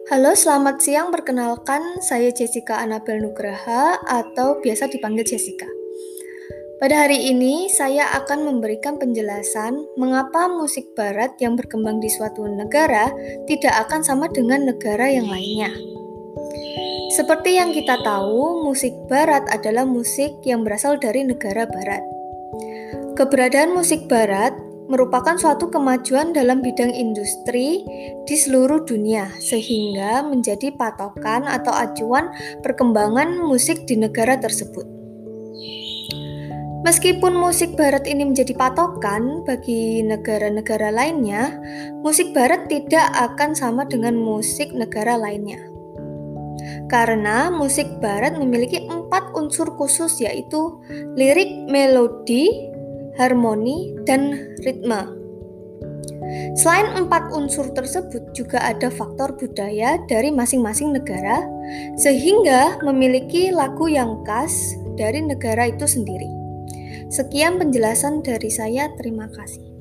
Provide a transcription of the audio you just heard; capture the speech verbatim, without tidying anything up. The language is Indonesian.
Halo, selamat siang. Perkenalkan, saya Jessica Anabel Nugraha atau biasa dipanggil Jessica. Pada hari ini, saya akan memberikan penjelasan mengapa musik barat yang berkembang di suatu negara tidak akan sama dengan negara yang lainnya. Seperti yang kita tahu, musik barat adalah musik yang berasal dari negara barat. Keberadaan musik barat merupakan suatu kemajuan dalam bidang industri di seluruh dunia, sehingga menjadi patokan atau acuan perkembangan musik di negara tersebut. Meskipun musik barat ini menjadi patokan bagi negara-negara lainnya, musik barat tidak akan sama dengan musik negara lainnya. Karena musik barat memiliki empat unsur khusus, yaitu lirik, melodi, harmoni, dan ritme. Selain empat unsur tersebut, juga ada faktor budaya dari masing-masing negara, sehingga memiliki lagu yang khas dari negara itu sendiri. Sekian penjelasan dari saya, terima kasih.